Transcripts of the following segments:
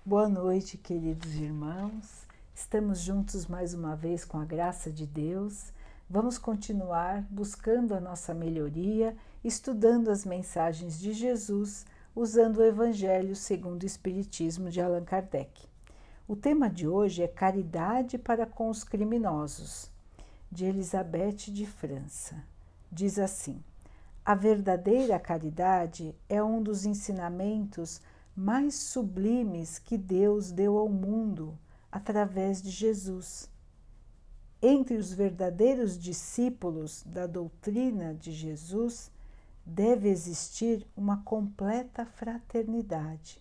Boa noite, queridos irmãos. Estamos juntos mais uma vez com a graça de Deus. Vamos continuar buscando a nossa melhoria, estudando as mensagens de Jesus, usando o Evangelho segundo o Espiritismo de Allan Kardec. O tema de hoje é Caridade para com os Criminosos, de Elizabeth de França. Diz assim: a verdadeira caridade é um dos ensinamentos mais sublimes que Deus deu ao mundo através de Jesus. Entre os verdadeiros discípulos da doutrina de Jesus deve existir uma completa fraternidade.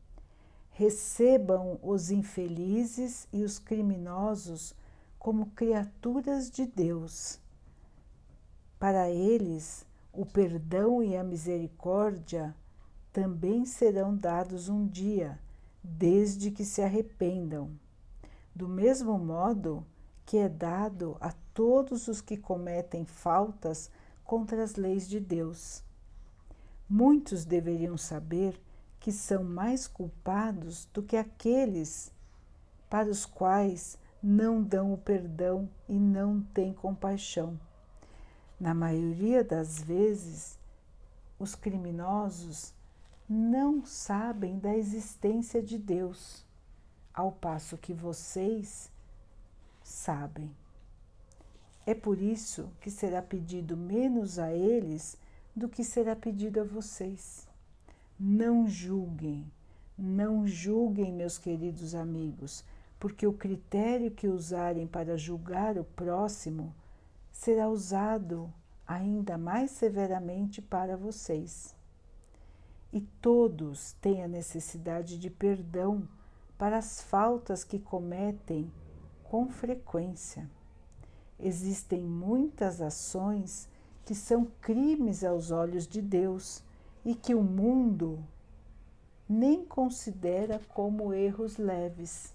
Recebam os infelizes e os criminosos como criaturas de Deus. Para eles, o perdão e a misericórdia também serão dados um dia, desde que se arrependam, do mesmo modo que é dado a todos os que cometem faltas contra as leis de Deus. Muitos deveriam saber que são mais culpados do que aqueles para os quais não dão o perdão e não têm compaixão. Na maioria das vezes, os criminosos não sabem da existência de Deus, ao passo que vocês sabem. É por isso que será pedido menos a eles do que será pedido a vocês. Não julguem, meus queridos amigos, porque o critério que usarem para julgar o próximo será usado ainda mais severamente para vocês. E todos têm a necessidade de perdão para as faltas que cometem com frequência. Existem muitas ações que são crimes aos olhos de Deus e que o mundo nem considera como erros leves.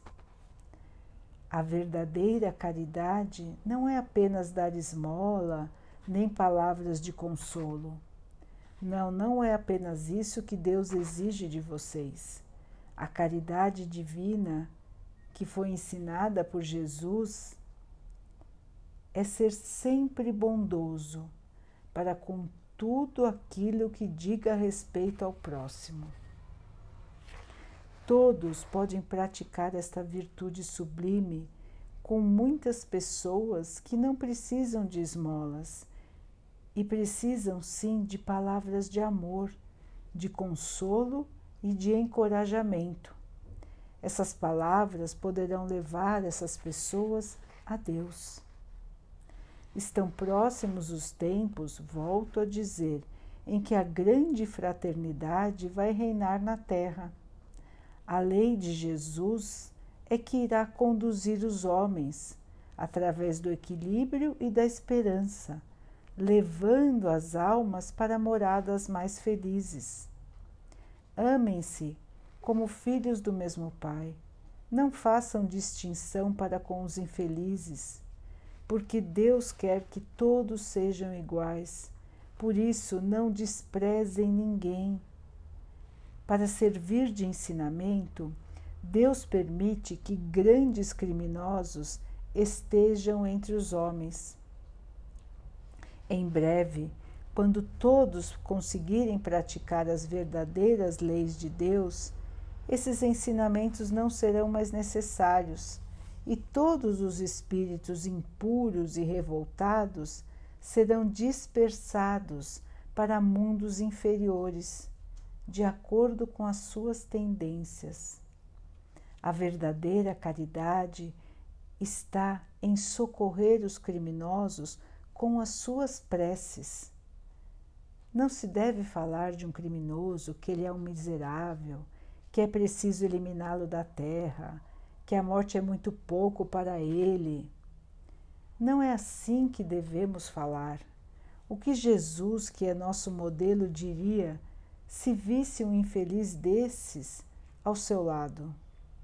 A verdadeira caridade não é apenas dar esmola, nem palavras de consolo. Não é apenas isso que Deus exige de vocês. A caridade divina que foi ensinada por Jesus é ser sempre bondoso para com tudo aquilo que diga respeito ao próximo. Todos podem praticar esta virtude sublime com muitas pessoas que não precisam de esmolas e precisam sim de palavras de amor, de consolo e de encorajamento. Essas palavras poderão levar essas pessoas a Deus. Estão próximos os tempos, volto a dizer, em que a grande fraternidade vai reinar na terra. A lei de Jesus é que irá conduzir os homens, através do equilíbrio e da esperança, levando as almas para moradas mais felizes. Amem-se como filhos do mesmo Pai. Não façam distinção para com os infelizes, porque Deus quer que todos sejam iguais. Por isso, não desprezem ninguém. Para servir de ensinamento, Deus permite que grandes criminosos estejam entre os homens. Em breve, quando todos conseguirem praticar as verdadeiras leis de Deus, esses ensinamentos não serão mais necessários e todos os espíritos impuros e revoltados serão dispersados para mundos inferiores, de acordo com as suas tendências. A verdadeira caridade está em socorrer os criminosos com as suas preces. Não se deve falar de um criminoso que ele é um miserável, que é preciso eliminá-lo da terra, que a morte é muito pouco para ele. Não é assim que devemos falar. O que Jesus, que é nosso modelo, diria se visse um infeliz desses ao seu lado?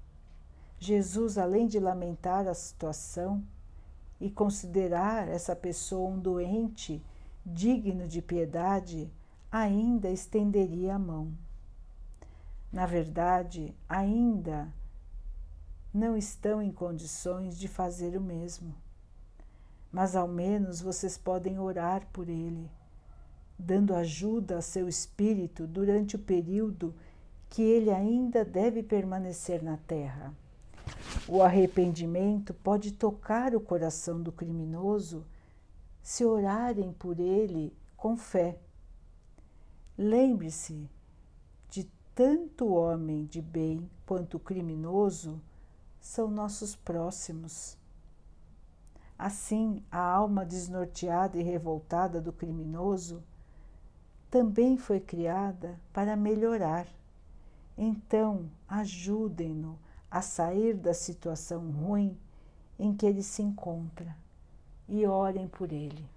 Jesus, além de lamentar a situação e considerar essa pessoa um doente digno de piedade, ainda estenderia a mão. na verdade, ainda não estão em condições de fazer o mesmo. Mas ao menos vocês podem orar por ele, dando ajuda a seu espírito durante o período que ele ainda deve permanecer na terra. O arrependimento pode tocar o coração do criminoso se orarem por ele com fé. Lembre-se de tanto o homem de bem quanto o criminoso são nossos próximos. Assim, a alma desnorteada e revoltada do criminoso também foi criada para melhorar. Então, ajudem-no a sair da situação ruim em que ele se encontra e orem por ele.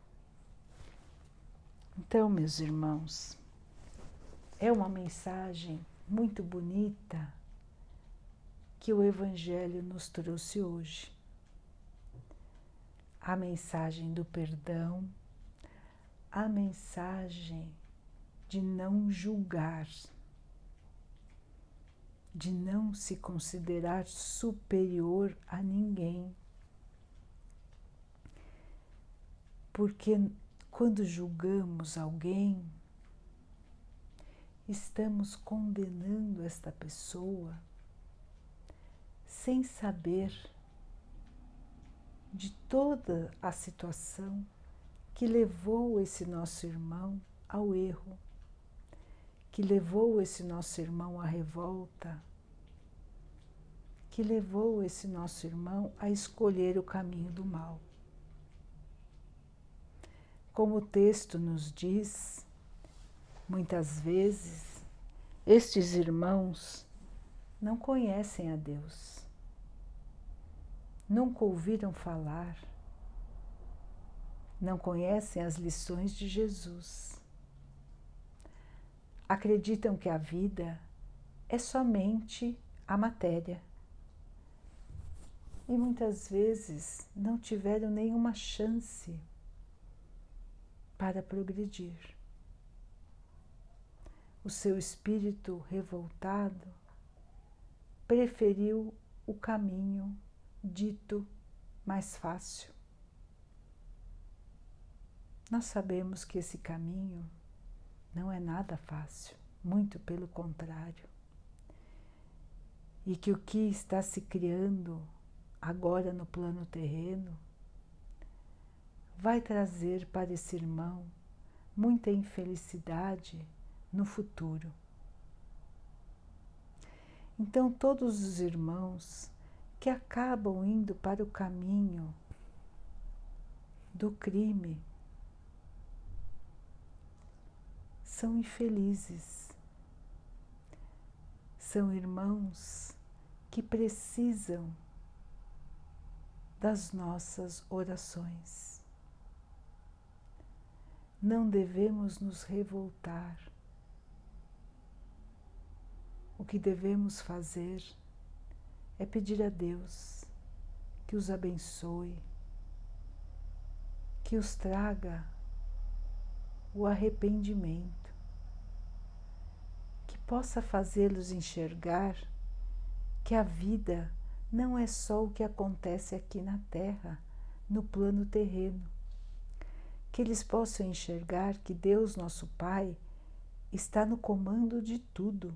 Então, meus irmãos, é uma mensagem muito bonita que o Evangelho nos trouxe hoje. A mensagem do perdão, a mensagem de não julgar, de não se considerar superior a ninguém. Porque quando julgamos alguém, estamos condenando esta pessoa sem saber de toda a situação que levou esse nosso irmão ao erro, que levou esse nosso irmão à revolta, que levou esse nosso irmão a escolher o caminho do mal. Como o texto nos diz, muitas vezes estes irmãos não conhecem a Deus, nunca ouviram falar, não conhecem as lições de Jesus. Acreditam que a vida é somente a matéria. E muitas vezes não tiveram nenhuma chance para progredir. O seu espírito revoltado preferiu o caminho dito mais fácil. Nós sabemos que esse caminho não é nada fácil, muito pelo contrário. E que o que está se criando agora no plano terreno vai trazer para esse irmão muita infelicidade no futuro. Então, todos os irmãos que acabam indo para o caminho do crime são infelizes. São irmãos que precisam das nossas orações. Não devemos nos revoltar. O que devemos fazer é pedir a Deus que os abençoe, que os traga o arrependimento, que possa fazê-los enxergar que a vida não é só o que acontece aqui na Terra, no plano terreno, que eles possam enxergar que Deus, nosso Pai, está no comando de tudo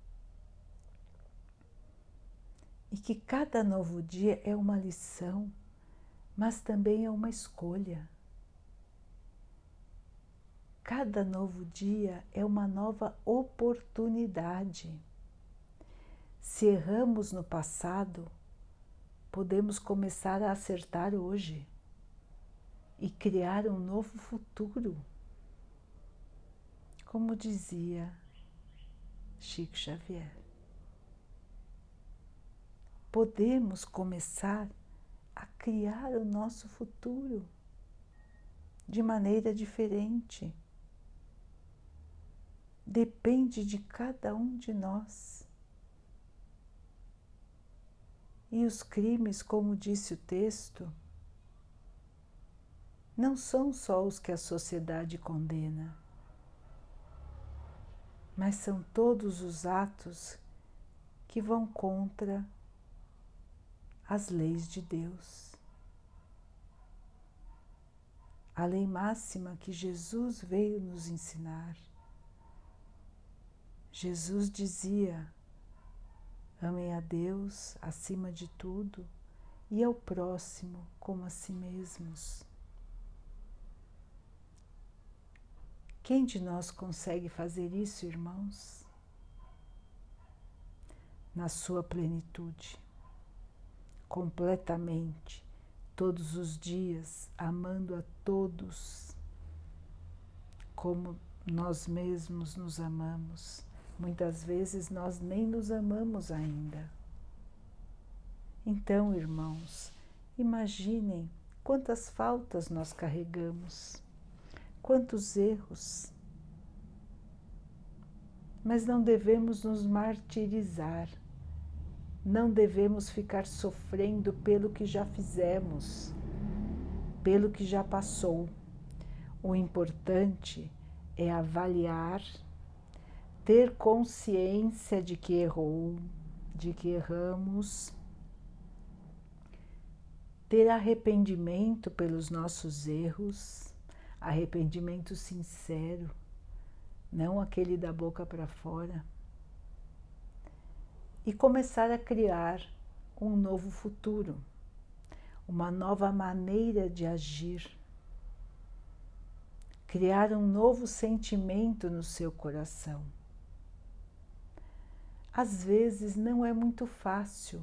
e que cada novo dia é uma lição, mas também é uma escolha. Cada novo dia é uma nova oportunidade. Se erramos no passado, podemos começar a acertar hoje e criar um novo futuro. Como dizia Chico Xavier, podemos começar a criar o nosso futuro de maneira diferente. Depende de cada um de nós. E os crimes, como disse o texto, não são só os que a sociedade condena. mas são todos os atos que vão contra as leis de Deus. A lei máxima que Jesus veio nos ensinar. Jesus dizia: amem a Deus acima de tudo e ao próximo como a si mesmos. Quem de nós consegue fazer isso, irmãos? Na sua plenitude, completamente, todos os dias, amando a todos como nós mesmos nos amamos. Muitas vezes nós nem nos amamos ainda. Então, irmãos, imaginem quantas faltas nós carregamos, quantos erros. Mas não devemos nos martirizar, não devemos ficar sofrendo pelo que já fizemos, pelo que já passou. O importante é avaliar, ter consciência de que errou, de que erramos, ter arrependimento pelos nossos erros, arrependimento sincero, não aquele da boca para fora, e começar a criar um novo futuro, uma nova maneira de agir, criar um novo sentimento no seu coração. Às vezes não é muito fácil,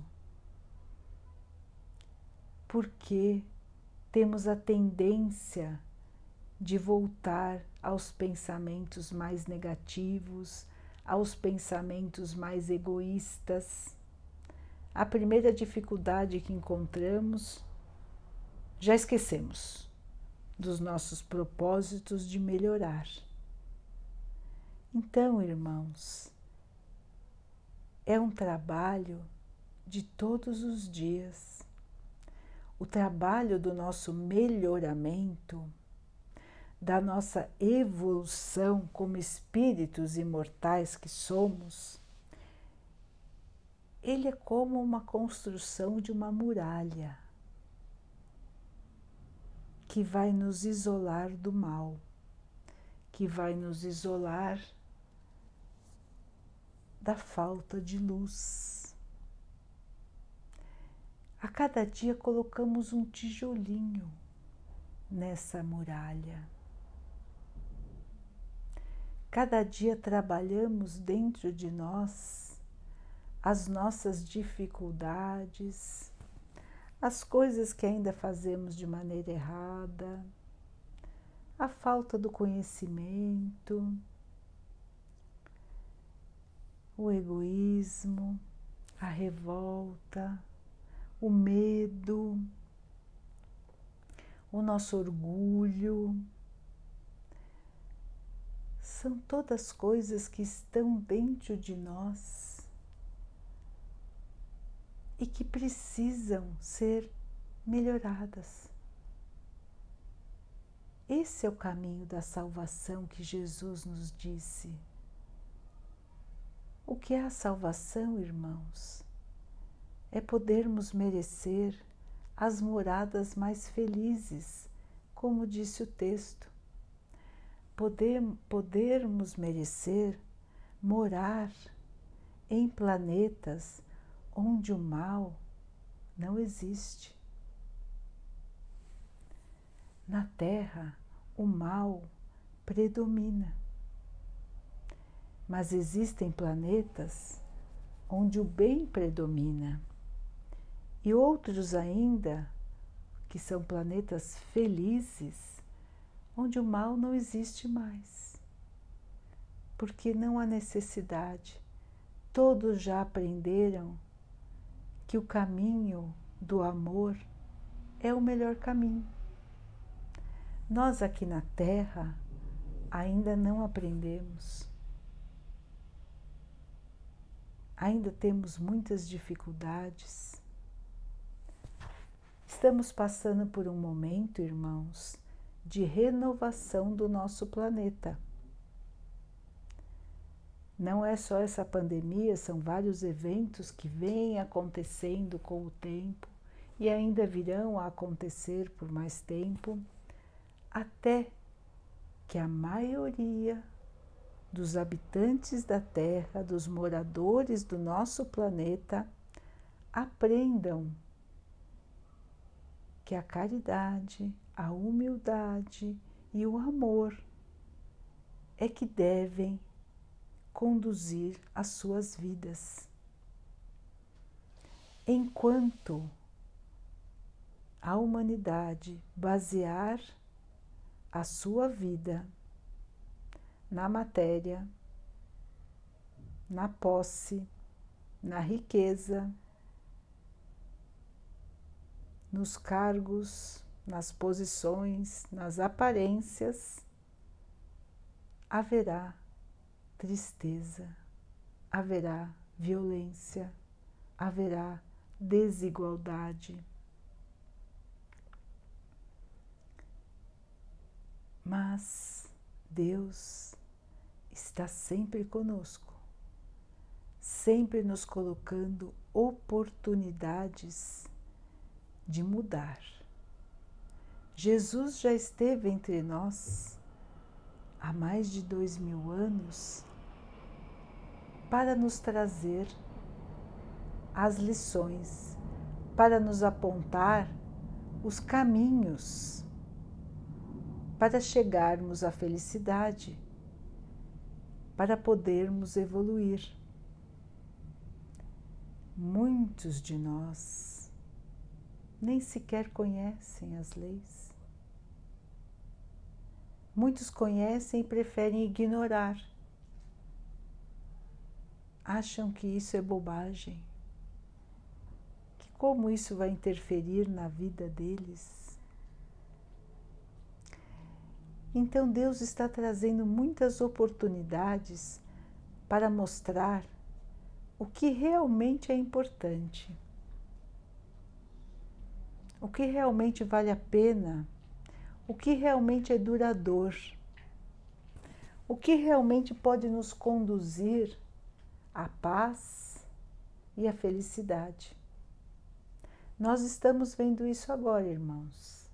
porque temos a tendência de voltar aos pensamentos mais negativos, aos pensamentos mais egoístas. A primeira dificuldade que encontramos, já esquecemos dos nossos propósitos de melhorar. Então, irmãos, é um trabalho de todos os dias. O trabalho do nosso melhoramento, da nossa evolução como espíritos imortais que somos, ele é como uma construção de uma muralha que vai nos isolar do mal, que vai nos isolar da falta de luz. A cada dia colocamos um tijolinho nessa muralha. Cada dia trabalhamos dentro de nós as nossas dificuldades, as coisas que ainda fazemos de maneira errada, a falta do conhecimento, o egoísmo, a revolta, o medo, o nosso orgulho. São todas coisas que estão dentro de nós e que precisam ser melhoradas. Esse é o caminho da salvação que Jesus nos disse. O que é a salvação, irmãos? É podermos merecer as moradas mais felizes, como disse o texto. Podermos merecer morar em planetas onde o mal não existe. Na Terra, o mal predomina, mas existem planetas onde o bem predomina e outros ainda que são planetas felizes, onde o mal não existe mais, porque não há necessidade. Todos já aprenderam que o caminho do amor é o melhor caminho. Nós aqui na Terra ainda não aprendemos. Ainda temos muitas dificuldades. Estamos passando por um momento, irmãos, de renovação do nosso planeta. Não é só essa pandemia, são vários eventos que vêm acontecendo com o tempo e ainda virão a acontecer por mais tempo, até que a maioria dos habitantes da Terra, dos moradores do nosso planeta, aprendam que a caridade, a humildade e o amor é que devem conduzir as suas vidas. Enquanto a humanidade basear a sua vida na matéria, na posse, na riqueza, nos cargos, nas posições, nas aparências, haverá tristeza, haverá violência, haverá desigualdade. Mas Deus está sempre conosco, sempre nos colocando oportunidades de mudar. Jesus já esteve entre nós há mais de 2000 anos para nos trazer as lições, para nos apontar os caminhos para chegarmos à felicidade, para podermos evoluir. Muitos de nós nem sequer conhecem as leis. Muitos conhecem e preferem ignorar. Acham que isso é bobagem, que como isso vai interferir na vida deles. Então Deus está trazendo muitas oportunidades para mostrar o que realmente é importante, o que realmente vale a pena, o que realmente é duradouro, o que realmente pode nos conduzir à paz e à felicidade. Nós estamos vendo isso agora, irmãos.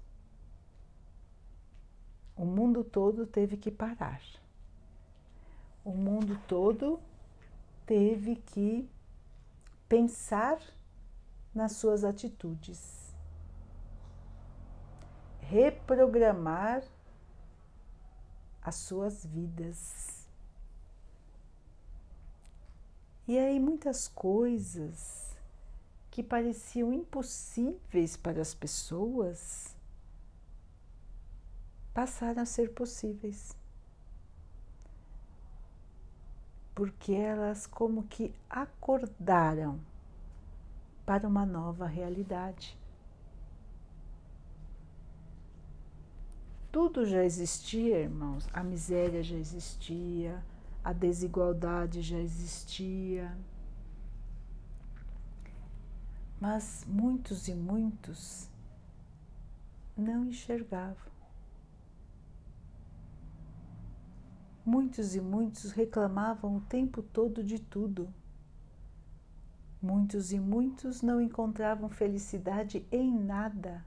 O mundo todo teve que parar. O mundo todo teve que pensar nas suas atitudes, reprogramar as suas vidas. E aí muitas coisas que pareciam impossíveis para as pessoas passaram a ser possíveis. Porque elas como que acordaram para uma nova realidade. Tudo já existia, irmãos. A miséria já existia, a desigualdade já existia. Mas muitos e muitos não enxergavam. Muitos e muitos reclamavam o tempo todo de tudo. Muitos e muitos não encontravam felicidade em nada.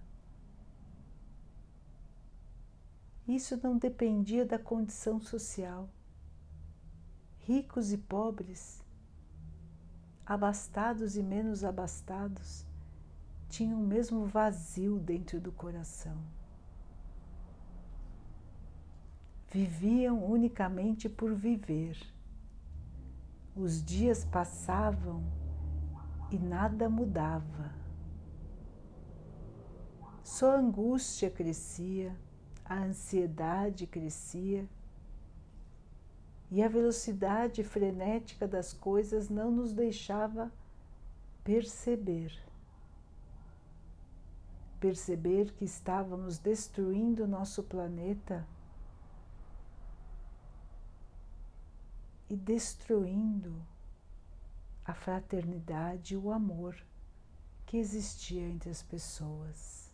Isso não dependia da condição social. Ricos e pobres, abastados e menos abastados, tinham o mesmo vazio dentro do coração. Viviam unicamente por viver. Os dias passavam e nada mudava. Só a angústia crescia, a ansiedade crescia e a velocidade frenética das coisas não nos deixava perceber que estávamos destruindo nosso planeta e destruindo a fraternidade e o amor que existia entre as pessoas.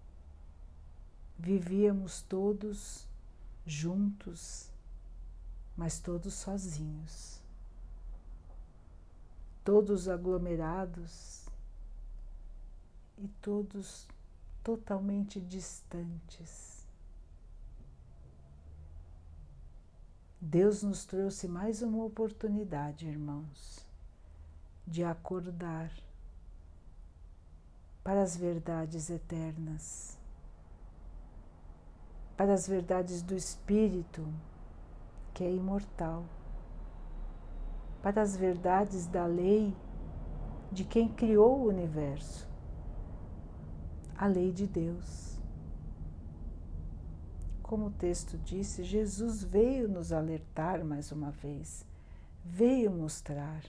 Vivíamos todos juntos, mas todos sozinhos, todos aglomerados e todos totalmente distantes. Deus nos trouxe mais uma oportunidade, irmãos, de acordar para as verdades eternas, para as verdades do Espírito, que é imortal, para as verdades da lei de quem criou o universo, a lei de Deus. Como o texto disse, Jesus veio nos alertar mais uma vez, veio mostrar.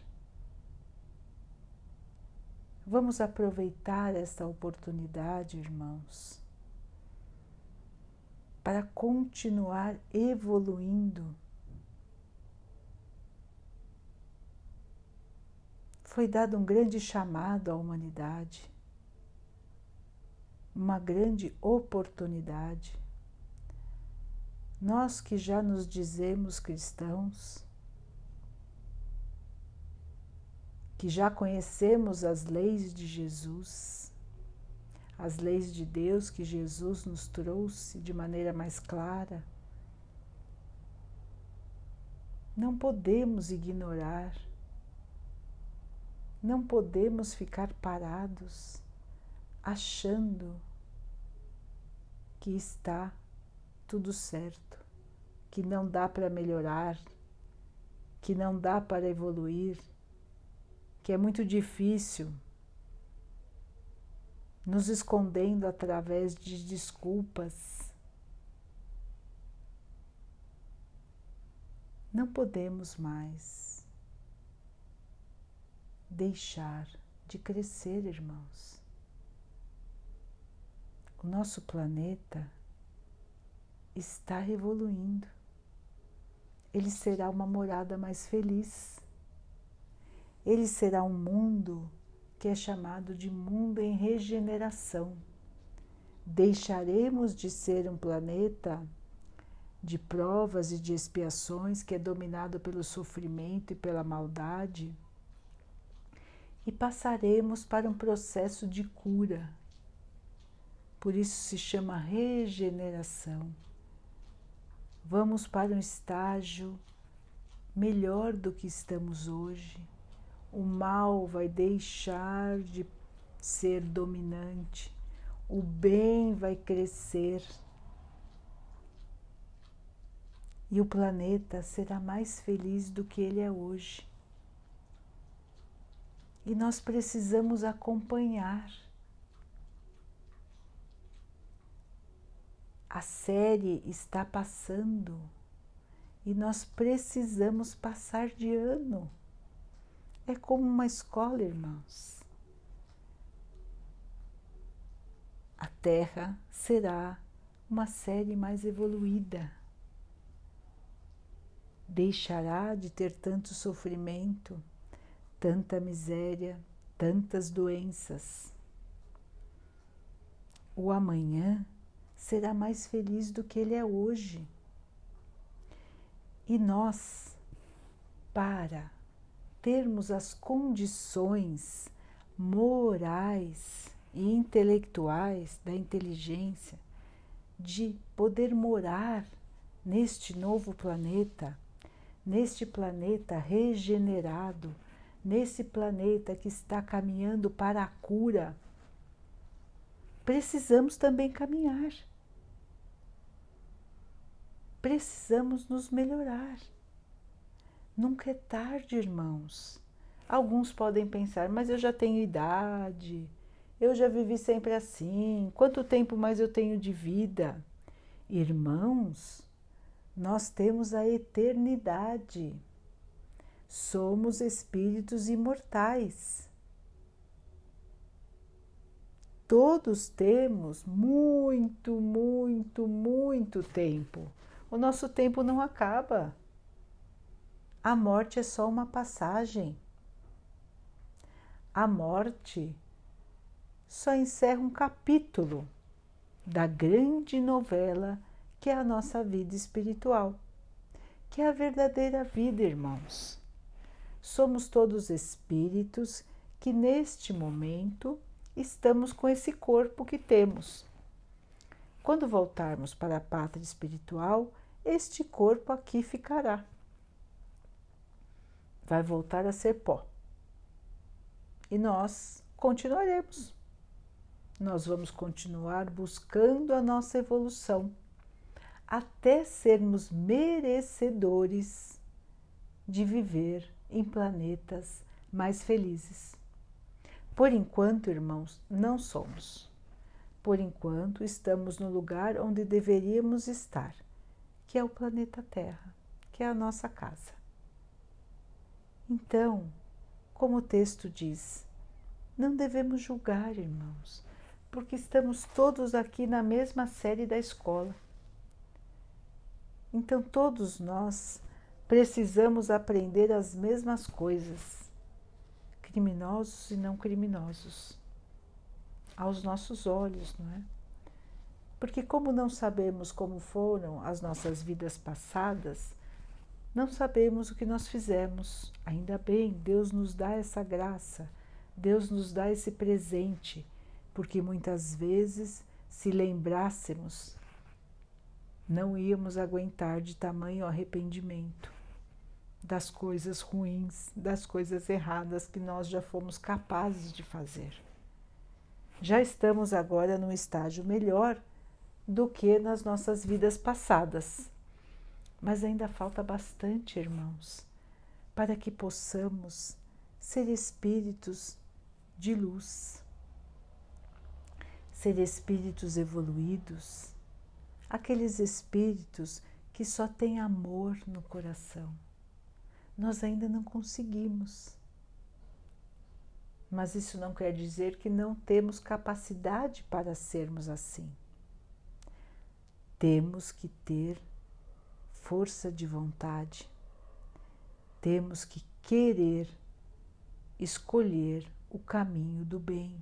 Vamos aproveitar esta oportunidade, irmãos, para continuar evoluindo. Foi dado um grande chamado à humanidade, uma grande oportunidade. Nós que já nos dizemos cristãos, que já conhecemos as leis de Jesus, as leis de Deus que Jesus nos trouxe de maneira mais clara, não podemos ignorar, não podemos ficar parados achando que está tudo certo, que não dá para melhorar, que não dá para evoluir, que é muito difícil, nos escondendo através de desculpas. Não podemos mais deixar de crescer, irmãos. O nosso planeta está evoluindo. Ele será uma morada mais feliz. Ele será um mundo que é chamado de mundo em regeneração. Deixaremos de ser um planeta de provas e de expiações que é dominado pelo sofrimento e pela maldade e passaremos para um processo de cura. Por isso se chama regeneração. Vamos para um estágio melhor do que estamos hoje. O mal vai deixar de ser dominante, o bem vai crescer e o planeta será mais feliz do que ele é hoje. E nós precisamos acompanhar. A série está passando e nós precisamos passar de ano. É como uma escola, irmãos. A Terra será uma série mais evoluída. Deixará de ter tanto sofrimento, tanta miséria, tantas doenças. O amanhã será mais feliz do que ele é hoje. E nós, para termos as condições morais e intelectuais da inteligência de poder morar neste novo planeta, neste planeta regenerado, nesse planeta que está caminhando para a cura, precisamos também caminhar. Precisamos nos melhorar. Nunca é tarde, irmãos. Alguns podem pensar, mas eu já tenho idade, eu já vivi sempre assim, quanto tempo mais eu tenho de vida? Irmãos, nós temos a eternidade. Somos espíritos imortais. Todos temos muito, muito, muito tempo. O nosso tempo não acaba. A morte é só uma passagem. A morte só encerra um capítulo da grande novela que é a nossa vida espiritual. que é a verdadeira vida, irmãos. Somos todos espíritos que neste momento estamos com esse corpo que temos. Quando voltarmos para a pátria espiritual, este corpo aqui ficará. Vai voltar a ser pó. E nós continuaremos. Nós vamos continuar buscando a nossa evolução, até sermos merecedores de viver em planetas mais felizes. Por enquanto, irmãos, não somos. Por enquanto, estamos no lugar onde deveríamos estar, que é o planeta Terra, que é a nossa casa. Então, como o texto diz, não devemos julgar, irmãos, porque estamos todos aqui na mesma série da escola. Então, todos nós precisamos aprender as mesmas coisas, criminosos e não criminosos, aos nossos olhos, não é? Porque como não sabemos como foram as nossas vidas passadas, não sabemos o que nós fizemos. Ainda bem, Deus nos dá essa graça, Deus nos dá esse presente, porque muitas vezes, se lembrássemos, não íamos aguentar de tamanho arrependimento das coisas ruins, das coisas erradas que nós já fomos capazes de fazer. Já estamos agora num estágio melhor do que nas nossas vidas passadas, mas ainda falta bastante, irmãos, para que possamos ser espíritos de luz, ser espíritos evoluídos, aqueles espíritos que só têm amor no coração. Nós ainda não conseguimos, mas isso não quer dizer que não temos capacidade para sermos assim. Temos que ter força de vontade, temos que querer escolher o caminho do bem.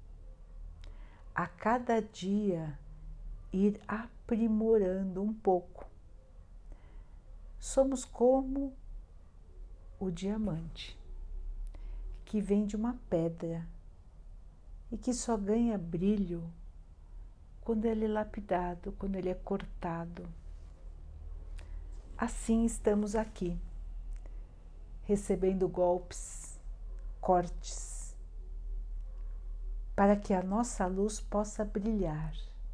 A cada dia ir aprimorando um pouco. Somos como o diamante, que vem de uma pedra e que só ganha brilho quando ele é lapidado, quando ele é cortado. Assim estamos aqui, recebendo golpes, cortes, para que a nossa luz possa brilhar.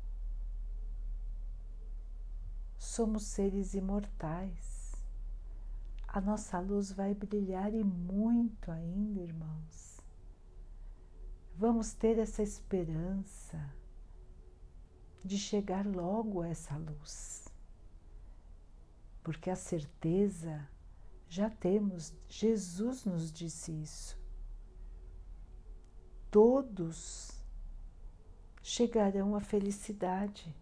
Somos seres imortais. A nossa luz vai brilhar e muito ainda, irmãos. Vamos ter essa esperança de chegar logo a essa luz. Porque a certeza já temos, Jesus nos disse isso. Todos chegarão à felicidade.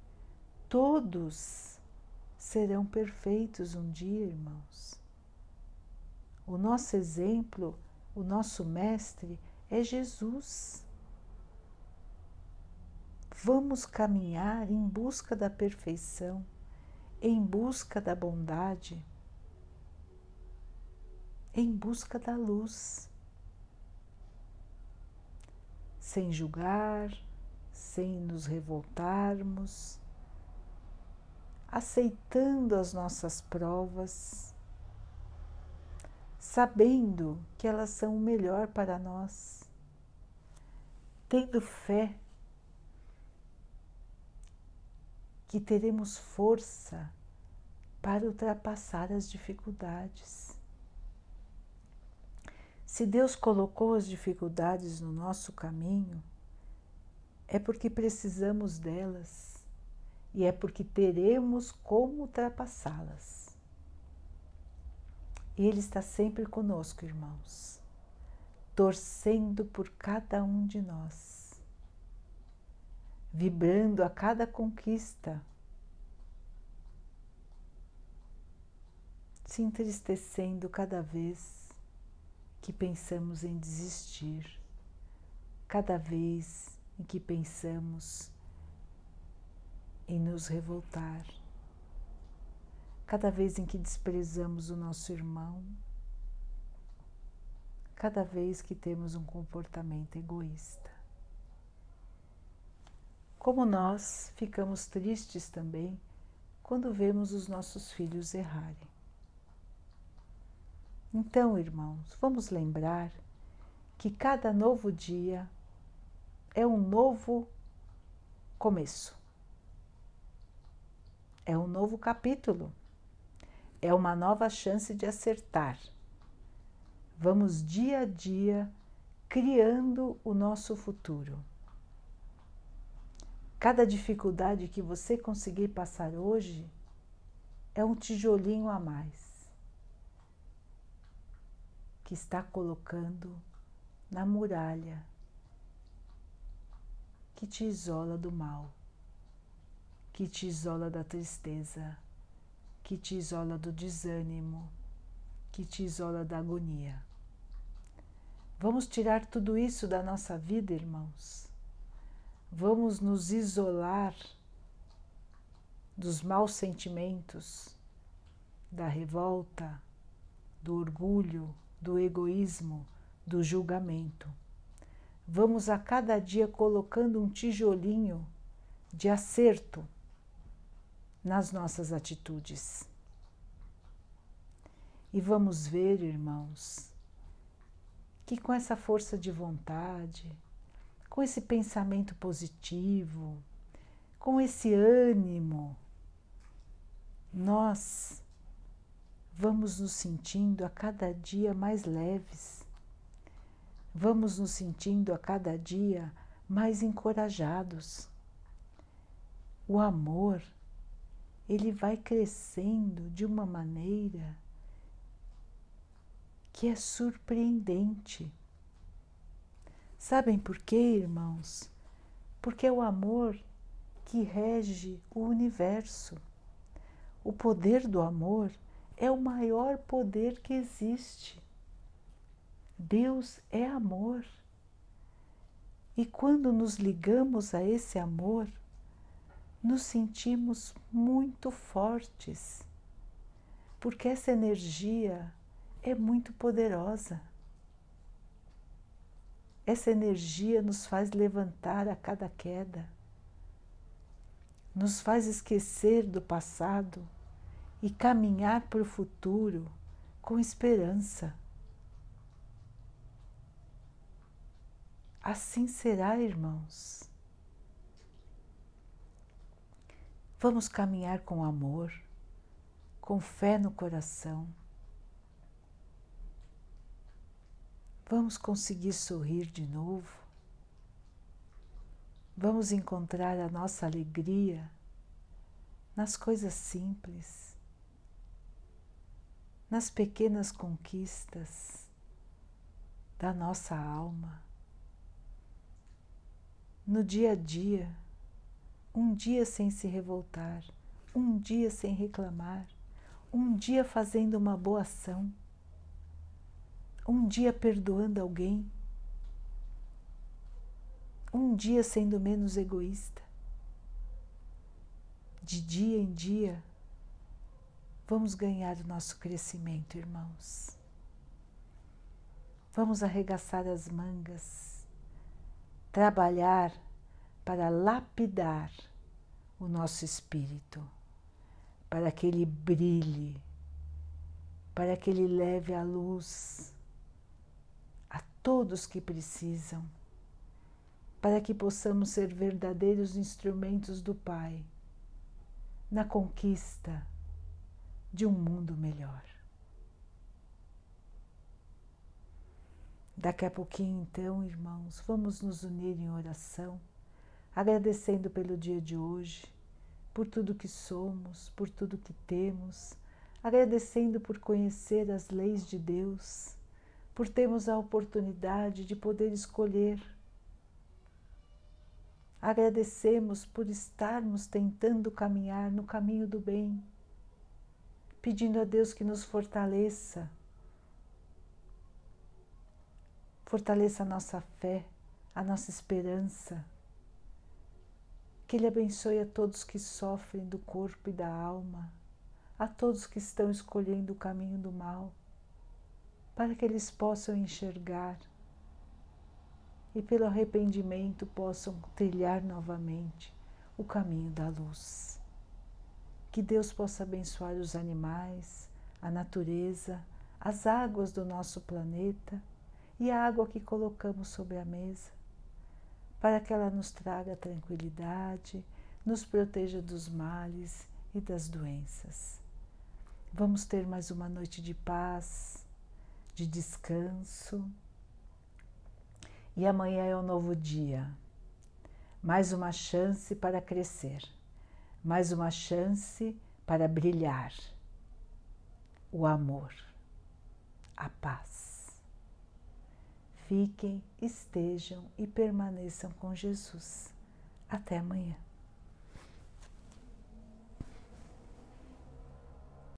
Todos serão perfeitos um dia, irmãos. O nosso exemplo, o nosso mestre é Jesus. Vamos caminhar em busca da perfeição, em busca da bondade, em busca da luz, sem julgar, sem nos revoltarmos, aceitando as nossas provas, sabendo que elas são o melhor para nós, tendo fé que teremos força para ultrapassar as dificuldades. Se Deus colocou as dificuldades no nosso caminho, é porque precisamos delas e é porque teremos como ultrapassá-las. E Ele está sempre conosco, irmãos, torcendo por cada um de nós, vibrando a cada conquista, se entristecendo cada vez que pensamos em desistir, cada vez em que pensamos em nos revoltar. cada vez em que desprezamos o nosso irmão, cada vez que temos um comportamento egoísta. Como nós ficamos tristes também quando vemos os nossos filhos errarem. Então, irmãos, vamos lembrar que cada novo dia é um novo começo. É um novo capítulo. É uma nova chance de acertar. Vamos dia a dia criando o nosso futuro. Cada dificuldade que você conseguir passar hoje é um tijolinho a mais que está colocando na muralha que te isola do mal, que te isola da tristeza, que te isola do desânimo, que te isola da agonia. Vamos tirar tudo isso da nossa vida, irmãos. Vamos nos isolar dos maus sentimentos, da revolta, do orgulho, do egoísmo, do julgamento. Vamos a cada dia colocando um tijolinho de acerto nas nossas atitudes. E vamos ver, irmãos, que com essa força de vontade, com esse pensamento positivo, com esse ânimo, nós vamos nos sentindo a cada dia mais leves, vamos nos sentindo a cada dia mais encorajados. O amor, ele vai crescendo de uma maneira que é surpreendente. Sabem por quê, irmãos? Porque é o amor que rege o universo. O poder do amor é o maior poder que existe. Deus é amor. E quando nos ligamos a esse amor, nos sentimos muito fortes, porque essa energia é muito poderosa. Essa energia nos faz levantar a cada queda, nos faz esquecer do passado e caminhar para o futuro com esperança. Assim será, irmãos. Vamos caminhar com amor, com fé no coração. Vamos conseguir sorrir de novo. Vamos encontrar a nossa alegria nas coisas simples, nas pequenas conquistas da nossa alma, no dia a dia, um dia sem se revoltar, um dia sem reclamar, um dia fazendo uma boa ação, um dia perdoando alguém, um dia sendo menos egoísta. De dia em dia, vamos ganhar o nosso crescimento, irmãos. Vamos arregaçar as mangas, trabalhar para lapidar o nosso espírito, para que ele brilhe, para que ele leve a luz a todos que precisam, para que possamos ser verdadeiros instrumentos do Pai na conquista de um mundo melhor. Daqui a pouquinho, então, irmãos, vamos nos unir em oração, agradecendo pelo dia de hoje, por tudo que somos, por tudo que temos, agradecendo por conhecer as leis de Deus, por termos a oportunidade de poder escolher. Agradecemos por estarmos tentando caminhar no caminho do bem, pedindo a Deus que nos fortaleça, fortaleça a nossa fé, a nossa esperança, que Ele abençoe a todos que sofrem do corpo e da alma, a todos que estão escolhendo o caminho do mal, para que eles possam enxergar e pelo arrependimento possam trilhar novamente o caminho da luz. Que Deus possa abençoar os animais, a natureza, as águas do nosso planeta e a água que colocamos sobre a mesa, para que ela nos traga tranquilidade, nos proteja dos males e das doenças. Vamos ter mais uma noite de paz, de descanso. E amanhã é um novo dia. Mais uma chance para crescer. Mais uma chance para brilhar. O amor. A paz. Fiquem, estejam e permaneçam com Jesus. Até amanhã.